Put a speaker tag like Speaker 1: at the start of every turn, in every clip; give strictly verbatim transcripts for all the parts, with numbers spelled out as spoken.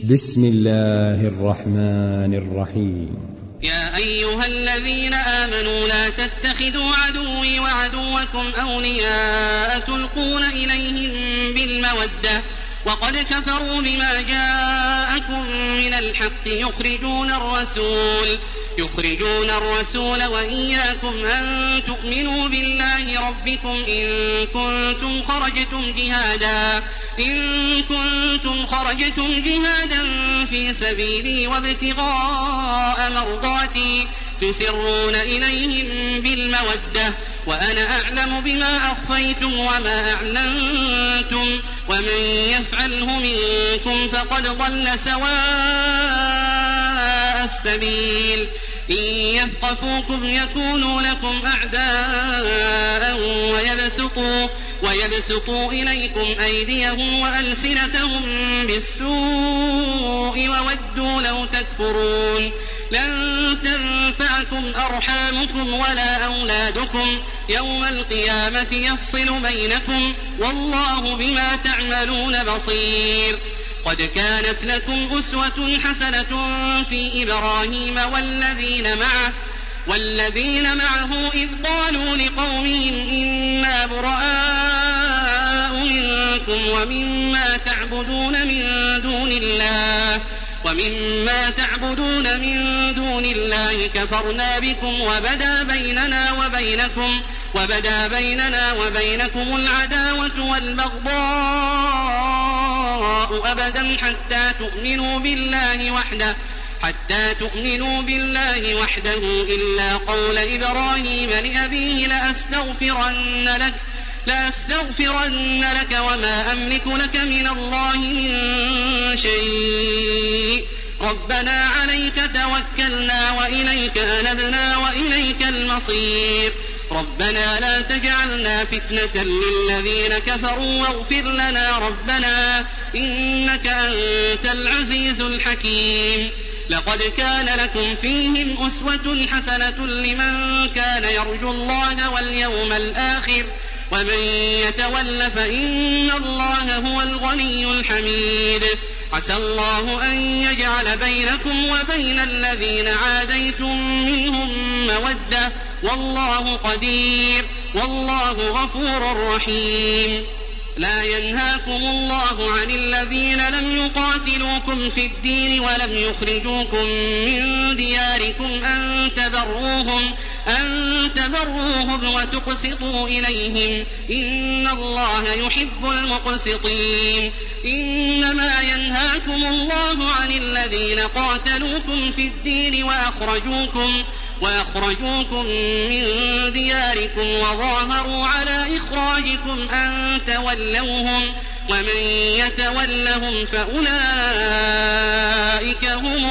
Speaker 1: بسم الله الرحمن الرحيم.
Speaker 2: يا أيها الذين آمنوا لا تتخذوا عدوي وعدوكم أولياء تلقون إليهم بالمودة وقد كفروا بما جاءكم من الحق يخرجون الرسول يخرجون الرسول وإياكم أن تؤمنوا بالله ربكم إن كنتم خرجتم جهادا إن كنتم خرجتم جهادا في سبيلي وابتغاء مرضاتي تسرون إليهم بالمودة وأنا أعلم بما أخفيتم وما أعلنتم ومن يفعله منكم فقد ضل سواء السبيل إن يثقفوكم يكونوا لكم أعداء ويبسطوا, ويبسطوا إليكم أيديهم وألسنتهم بالسوء وودوا لو تكفرون لن تنفعكم أرحامكم ولا أولادكم يوم القيامة يفصل بينكم والله بما تعملون بصير. قد كانت لكم أسوة حسنة في إبراهيم والذين معه والذين معه إذ قالوا لقومهم إنا براء منكم ومما تعبدون من دون الله ومما تعبدون من دون الله كفرنا بكم وبدا بيننا وبينكم وبدا بيننا وبينكم العداوة والبغضاء أبدا حتى تؤمنوا بالله وحده حتى تؤمنوا بالله وحده إلا قول إبراهيم لأبيه لأستغفرن لك لأستغفرن لك وما أملك لك من الله من شيء ربنا عليك توكلنا وإليك أنبنا وإليك المصير ربنا لا تجعلنا فتنة للذين كفروا واغفر لنا ربنا إنك أنت العزيز الحكيم. لقد كان لكم فيهم أسوة حسنة لمن كان يرجو الله واليوم الآخر ومن يتول فإن الله هو الغني الحميد. عسى الله أن يجعل بينكم وبين الذين عاديتم منهم مودة والله قدير والله غفور رحيم. لا ينهاكم الله عن الذين لم يقاتلوكم في الدين ولم يخرجوكم من دياركم أن تبروهم أن تبروهم وتقسطوا إليهم إن الله يحب المقسطين. إنما ينهاكم الله عن الذين قاتلوكم في الدين وأخرجوكم وأخرجوكم من دياركم وظاهروا على إخراجكم أن تولوهم ومن يتولهم فأولئك هم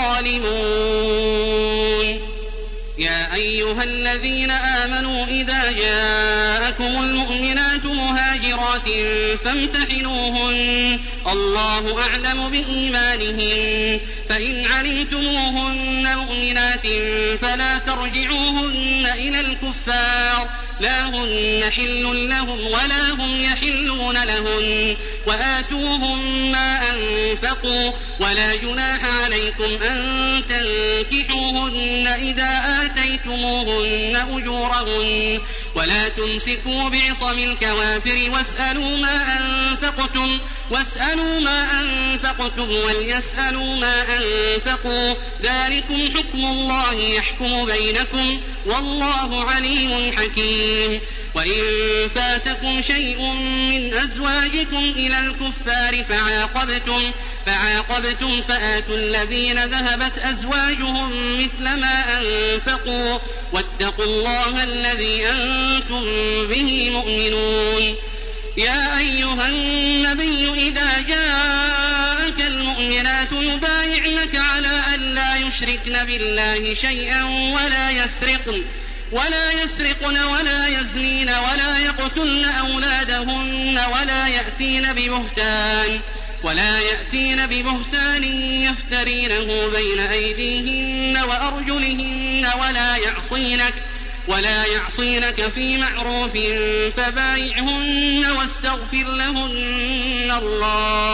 Speaker 2: الظالمون. يا أيها الذين آمنوا إذا جاءكم المؤمنات مهاجرات فامتحنوهن الله أعلم بإيمانهن فإن علمتموهن مؤمنات فلا ترجعوهن إلى الكفار لا هن حل لهم ولا هم يحلون لهن وآتوهم ما أنفقوا ولا جناح عليكم أن تنكحوهن إذا آتيتموهن أجورهن ولا تمسكوا بعصم الكوافر واسألوا ما أنفقتم واسألوا ما أنفقتم وليسألوا ما أنفقوا ذلكم حكم الله يحكم بينكم والله عليم حكيم. وإن فاتكم شيء من أزواجكم إلى الكفار فعاقبتم فعاقبتم فآتوا الذين ذهبت أزواجهم مثل ما أنفقوا واتقوا الله الذي أنتم به مؤمنون. يا أيها النبي إذا جاءك المؤمنات يبايعنك على أن لا يشركن بالله شيئا ولا يسرقن ولا يسرقن ولا يزنين ولا يقتلن أولادهن ولا يأتين ببهتان ولا يأتين ببهتان يفترينه بين أيديهن وأرجلهن ولا يعصينك ولا يعصينك في معروف فبايعهن واستغفر لهن الله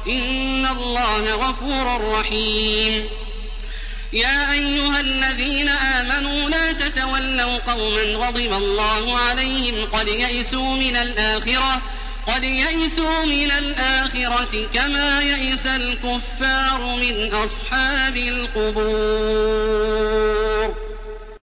Speaker 2: إن الله غفور رحيم. يا أيها الذين آمنوا لا تتولوا قوما غضب الله عليهم قد يئسوا من الآخرة قد يئسوا من الآخرة كما يئس الكفار من أصحاب القبور.